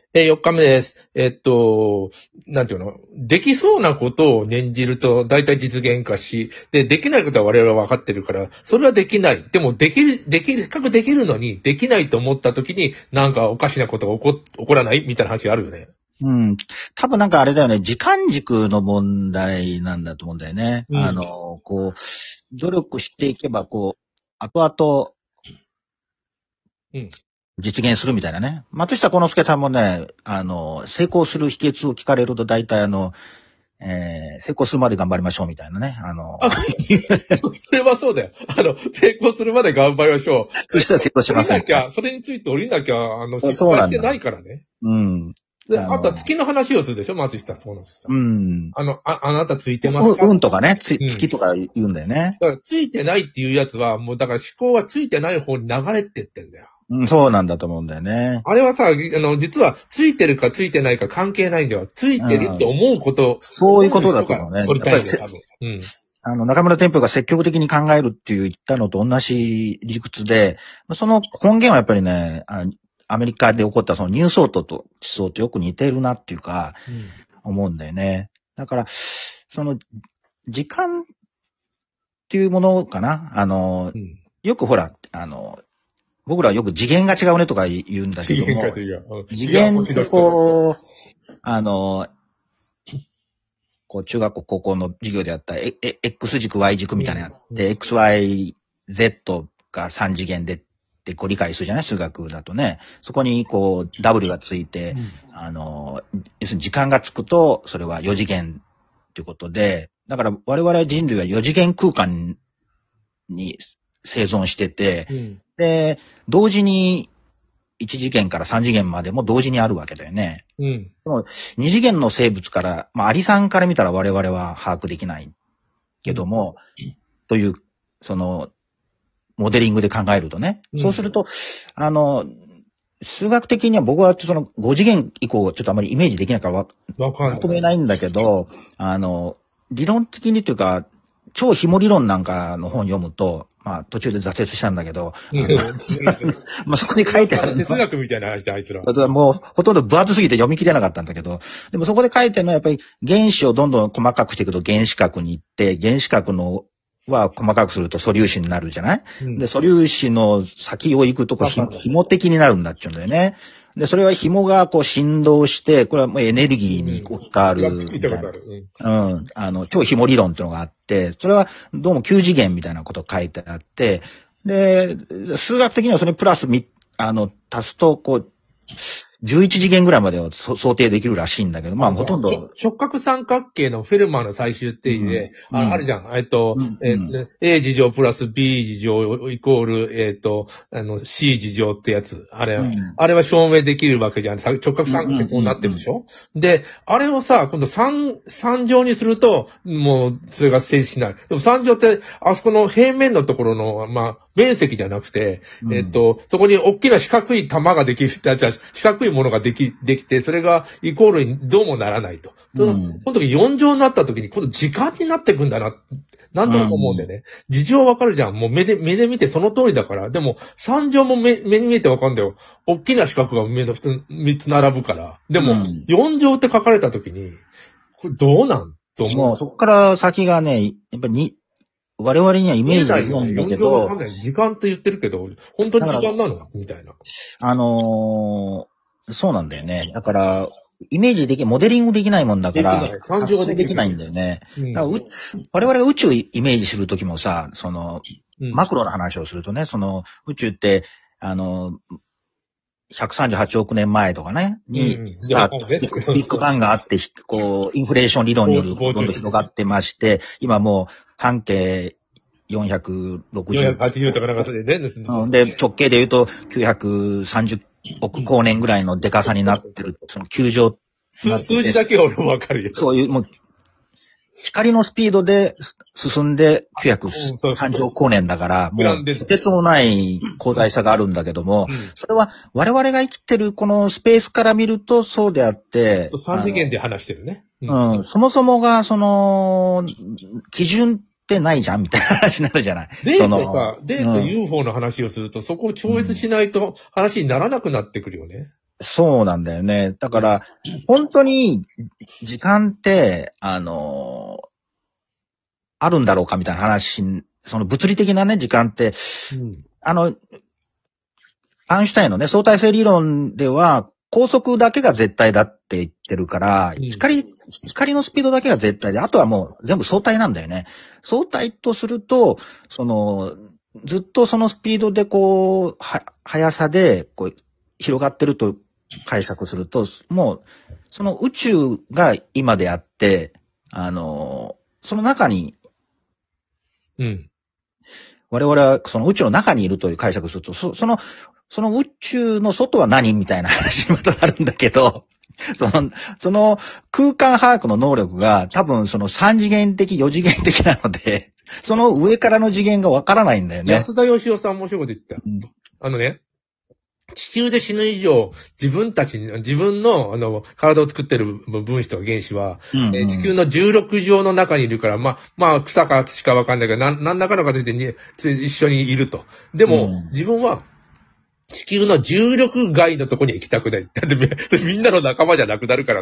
4日目です。なんていうの、できそうなことを念じると大体実現化し、で、できないことは我々は分かってるから、それはできない。でも、せっかくできるのに、できないと思った時に、なんかおかしなことが起こらないみたいな話があるよね。 うん。多分なんかあれだよね、時間軸の問題なんだと思うんだよね。 うん。 努力していけば、後々、 うん。 実現するみたいなね。松下幸之助さんもね、成功する秘訣を聞かれると大体成功するまで頑張りましょうみたいなね。 あ、それはそうだよ。成功するまで頑張りましょう。 そしたら成功し降ますね。 りなきゃ、それについて降りなきゃ、失そうなんだ。 敗ってないからね。 うん。 で、あとは月の話をするでしょ、松下幸之助さん。 うん。 あなたついてますか？ 運とかね、 うん。 月とか言うんだよね。 だから、ついてないっていうやつは、もうだから思考はついてない方に流れてってんだよ。 うん、そうなんだと思うんだよね。 あれはさ、実は、ついてるかついてないか関係ないんだよ。ついてるって思うこと、 そういうことだと思うね。 取りたいんだよ、多分。うん。 中村天風が積極的に考えるって言ったのと同じ理屈で、その根源はやっぱりね、アメリカで起こったそのニューソートと思想とよく似てるなっていうか、思うんだよね。だから、その、時間っていうものかな。よくほら、僕らはよく次元が違うねとか言うんだけども、次元って中学校、高校の授業であった、X 軸、Y 軸みたいなのあって、XY、Z が3次元でって理解するじゃない数学だとね。そこにW がついて、要するに時間がつくと、それは4次元ということで、だから我々人類は4次元空間に生存してて、で、同時に1次元から3次元までも同時にあるわけだよね。でも2次元の生物から、アリさんから見たら我々は把握できないけども、という、モデリングで考えるとね。そうすると、数学的には僕は5次元以降ちょっとあまりイメージできないからまとめないんだけど、理論的にというか、超紐理論なんかの本読むと、途中で挫折したんだけど、そこに書いてある哲学みたいな話であいつら。 もうほとんど分厚すぎて読み切れなかったんだけど、でもそこで書いてるのはやっぱり原子をどんどん細かくしていくと原子核に行って、原子核のは細かくすると素粒子になるじゃない、で、素粒子の先を行くと紐的になるんだって言うんだよね。で、それは紐が振動して、これはもうエネルギーに置き換わるみたいな。超紐理論っていうのがあって、それはどうも9次元みたいなこと書いてあって、で、数学的にはそれプラス足すと、11次元ぐらいまでは想定できるらしいんだけど、ほとんど。 直角三角形のフェルマーの最終定義で、あるじゃん。A 次乗プラス B 次乗イコール、C 次乗ってやつ。あれは証明できるわけじゃん。直角三角形そうなってるでしょ、で、あれをさ、今度3乗にすると、もう、それが成立しない。でも3乗って、あそこの平面のところの、面積じゃなくて、そこに大きな四角い玉ができる、じゃあ四角いものができて、それがイコールにどうもならないと。その時4乗になった時に、今度時間になってくんだな。なんとなく思うんだよね。事情わかるじゃん。もう目で見てその通りだから。でも、3乗も目に見えてわかるんだよ。大きな四角が3つ並ぶから。でも、4乗って書かれた時に、これどうなんと思う。 もうそこから先がね、やっぱり我々にはイメージできないんだけど。 時間って言ってるけど、本当に時間なのみたいな。 そうなんだよね。だから、イメージモデリングできないもんだから、発想できないんだよね。だから我々が宇宙イメージするときもさ、マクロの話をするとね、宇宙って、138億年前とかね、に、ビッグバンがあって、インフレーション理論によりどんどん広がってまして、今もう、半径460。 480とかなんかそれでね。 で、直径で言うと930億光年ぐらいのデカさになってる、球状。 数字だけは俺もわかるよ。 そういう、もう、光のスピードで進んで930億光年だから、もう、とてつもない広大さがあるんだけども、それは我々が生きてるこのスペースから見るとそうであって、 3次元で話してるね。 そもそもが、基準ってないじゃんみたいな話になるじゃない。 デート UFO の話をすると、そこを超越しないと話にならなくなってくるよね。 そうなんだよね。だから、本当に、時間って、あるんだろうかみたいな話、その物理的なね、時間って、アインシュタインのね、相対性理論では、高速だけが絶対だって言ってるから、光のスピードだけが絶対で、あとはもう全部相対なんだよね。相対とすると、ずっとそのスピードで速さで、広がってると解釈すると、もう、その宇宙が今であって、その中に、我々はその宇宙の中にいるという解釈すると、その宇宙の外は何みたいな話にまたなるんだけど、その空間把握の能力が多分その3次元的、4次元的なので、その上からの次元がわからないんだよね。 安田義雄さん面白いこと言った。地球で死ぬ以上、自分の、体を作ってる分子とか原子は、地球の16乗の中にいるから、まあ、草か土かわかんないけど、何らかの形で一緒にいると。でも、自分は、地球の重力外のとこに行きたくない。だってみんなの仲間じゃなくなるからって。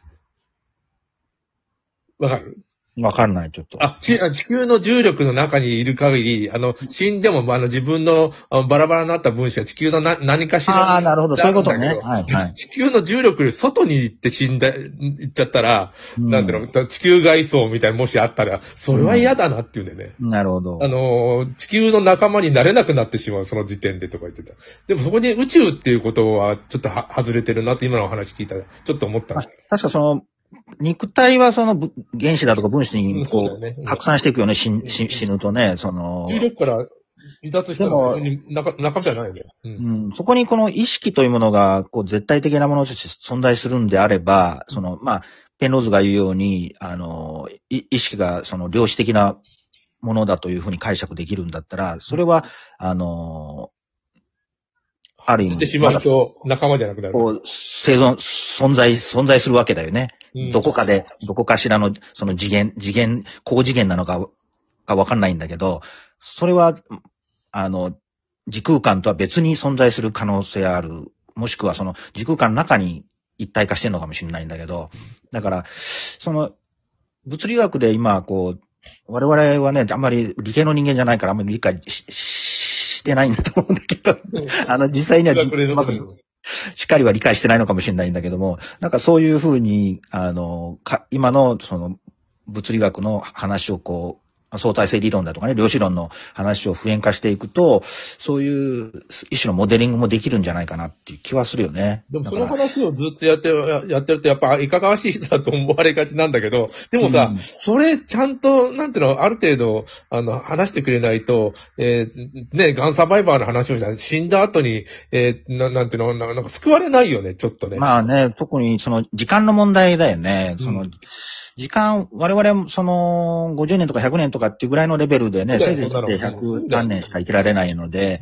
わかる？ わかんない、ちょっと。 地球の重力の中にいる限り、死んでも、自分のバラバラになった分子は地球の何かしら。 なるほど、そういうことね。はい、はい。 地球の重力より外に行って行っちゃったら、なんていうの、地球外層みたいなもしあったら、それは嫌だなっていうんでね。 なるほど。 地球の仲間になれなくなってしまう、その時点でとか言ってた。でもそこに宇宙っていうことは、ちょっと外れてるなって今の話聞いたら、ちょっと思った。 確か肉体はその原子だとか分子に拡散していくよね、死ぬとね、 重力から離脱したらそこに中身じゃないね。 そこにこの意識というものが絶対的なものとして存在するんであれば、ペンローズが言うように、意識がその量子的なものだというふうに解釈できるんだったら、それは、ある意味。 ってしまうと仲間じゃなくなる。 存在するわけだよね。どこかしらの、その高次元なのかがわかんないんだけど、それは、時空間とは別に存在する可能性ある。もしくはその時空間の中に一体化してるのかもしれないんだけど、だから、物理学で今、我々はね、あんまり理系の人間じゃないからあんまり理解してないんだと思うんだけど、実際にはしっかりは理解してないのかもしれないんだけども、なんかそういうふうに、今のその物理学の話を相対性理論だとかね、量子論の話を普遍化していくと、そういう一種のモデリングもできるんじゃないかなっていう気はするよね。 でもその話をずっとやってるとやっぱいかがわしい人だと思われがちなんだけど、でもさ、それちゃんと、なんていうの、ある程度、話してくれないと、ガンサバイバーの話をした死んだ後に、なんていうの、なんか救われないよね、ちょっとね。 まあね、特にその時間の問題だよね。時間、我々、50年とか100年とかっていうぐらいのレベルでね、せいぜい100何年しか生きられないので、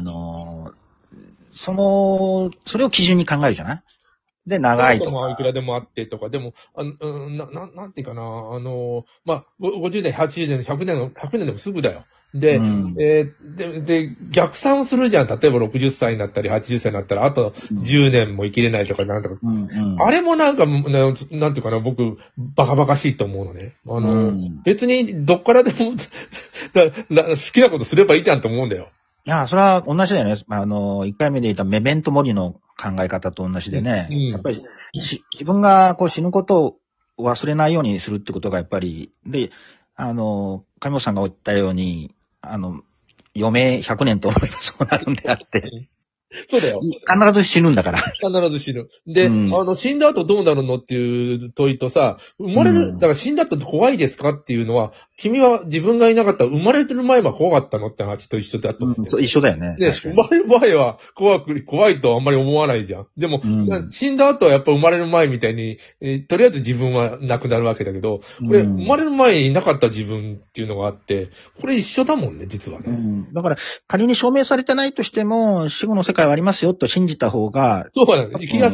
それを基準に考えるじゃない？で、長いとか。 いくらでもあってとか、でも、なんていうかな、50年、80年、100年でもすぐだよ。で、で、逆算するじゃん。例えば60歳になったり80歳になったら、あと10年も生きれないとか、なんとか。あれもなんか、なんていうかな、僕、バカバカしいと思うのね。別にどっからでも好きなことすればいいじゃんと思うんだよ。 いや、それは同じだよね。1回目で言ったメメントモリの考え方と同じでね。やっぱり、自分が死ぬことを忘れないようにするってことがやっぱり、で、上本さんが言ったように、余命100年と思えばそうなるんであって。 そうだよ。 必ず死ぬんだから。 必ず死ぬ。で、死んだ後どうなるのっていう問いとさ、だから死んだ後怖いですかっていうのは、君は自分がいなかったら生まれてる前は怖かったのって話と一緒だと思って。 そう、一緒だよね。 で、生まれる前は怖いとあんまり思わないじゃん。でも、死んだ後はやっぱ生まれる前みたいに、とりあえず自分はなくなるわけだけど、これ、生まれる前にいなかった自分っていうのがあって、これ一緒だもんね、実はね。 だから、仮に証明されてないとしても、死後の世界はありますよと信じた方が、 そうだね。生きやすい。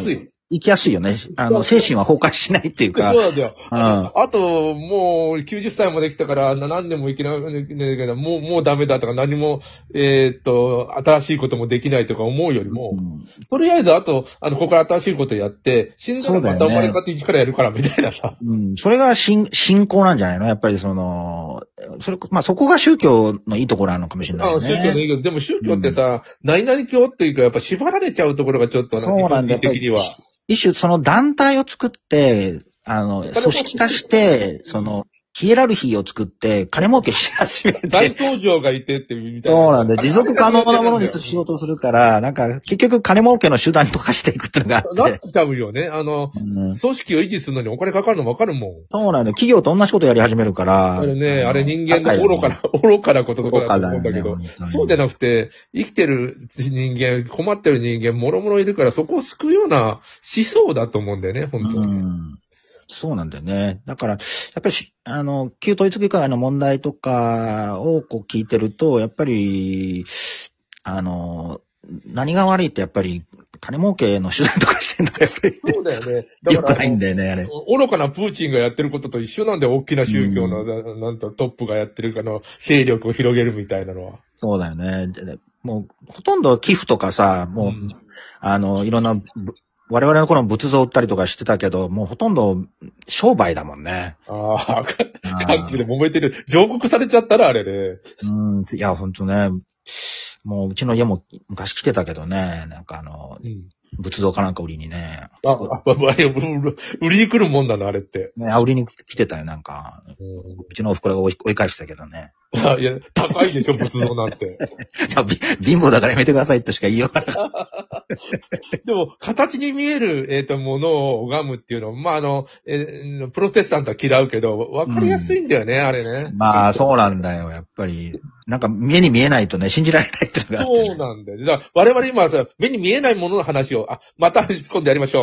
生きやすいよね。精神は崩壊しないっていうか。 そうなんだよ。 うん。 あと、もう、90歳まで来たから、何年も生きなきゃいけないけど、もうダメだとか、何も、新しいこともできないとか思うよりも、とりあえず、あと、ここから新しいことやって、死んだらまた生まれ変わって一からやるから、みたいなさ。 うん。それが信仰なんじゃないの？やっぱりそこが宗教のいいところなのかもしれないね。 宗教のいいけど、でも宗教ってさ、何々教っていうか、やっぱ縛られちゃうところがちょっと、 そうなんだ。 日本人的には。 一種その団体を作って、組織化して、ヒエラルヒーを作って、金儲けし始めて。 大統領がいてってみたいな。 そうなんだ。持続可能なものにしようとするから、なんか、結局金儲けの手段とかしていくっていうのがあって。 なっちゃうよね。組織を維持するのにお金かかるの分かるもん。 そうなんだ。企業と同じことやり始めるから。 あれね、あれ人間の愚かなこととかだと思うんだけど、そうじゃなくて、生きてる人間、困ってる人間、もろもろいるから、そこを救うような思想だと思うんだよね、本当に。 そうなんだよね。だから、やっぱり旧統一教会の問題とかを聞いてると、やっぱり、何が悪いってやっぱり、金儲けの手段とかしてんのがやっぱり。 そうだよね。 よくないんだよね、あれ。 愚かなプーチンがやってることと一緒なんで、大きな宗教の、なんとトップがやってるかの勢力を広げるみたいなのは。 そうだよね。もう、ほとんど寄付とかさ、もう、いろんな、我々の頃仏像売ったりとかしてたけど、もうほとんど商売だもんね。 ああ、韓国で揉めてる。上告されちゃったらあれで。 いや、ほんとね。もううちの家も昔来てたけどね、なんか仏像かなんか売りにね。 売りに来るもんだな、あれって。 ね、売りに来てたよ、なんか。うちのお袋が追い返したけどね。 いや、高いでしょ、仏像なんて。 貧乏だからやめてくださいとしか言いようがない。 でも、形に見える、ものを拝むっていうのは、まあ、プロテスタントは嫌うけど、わかりやすいんだよね、あれね。 まあ、そうなんだよ、やっぱり。なんか、目に見えないとね、信じられないっていうのがあって、ね。 そうなんだよ。だから我々今さ、目に見えないものの話を、また今度やりましょう。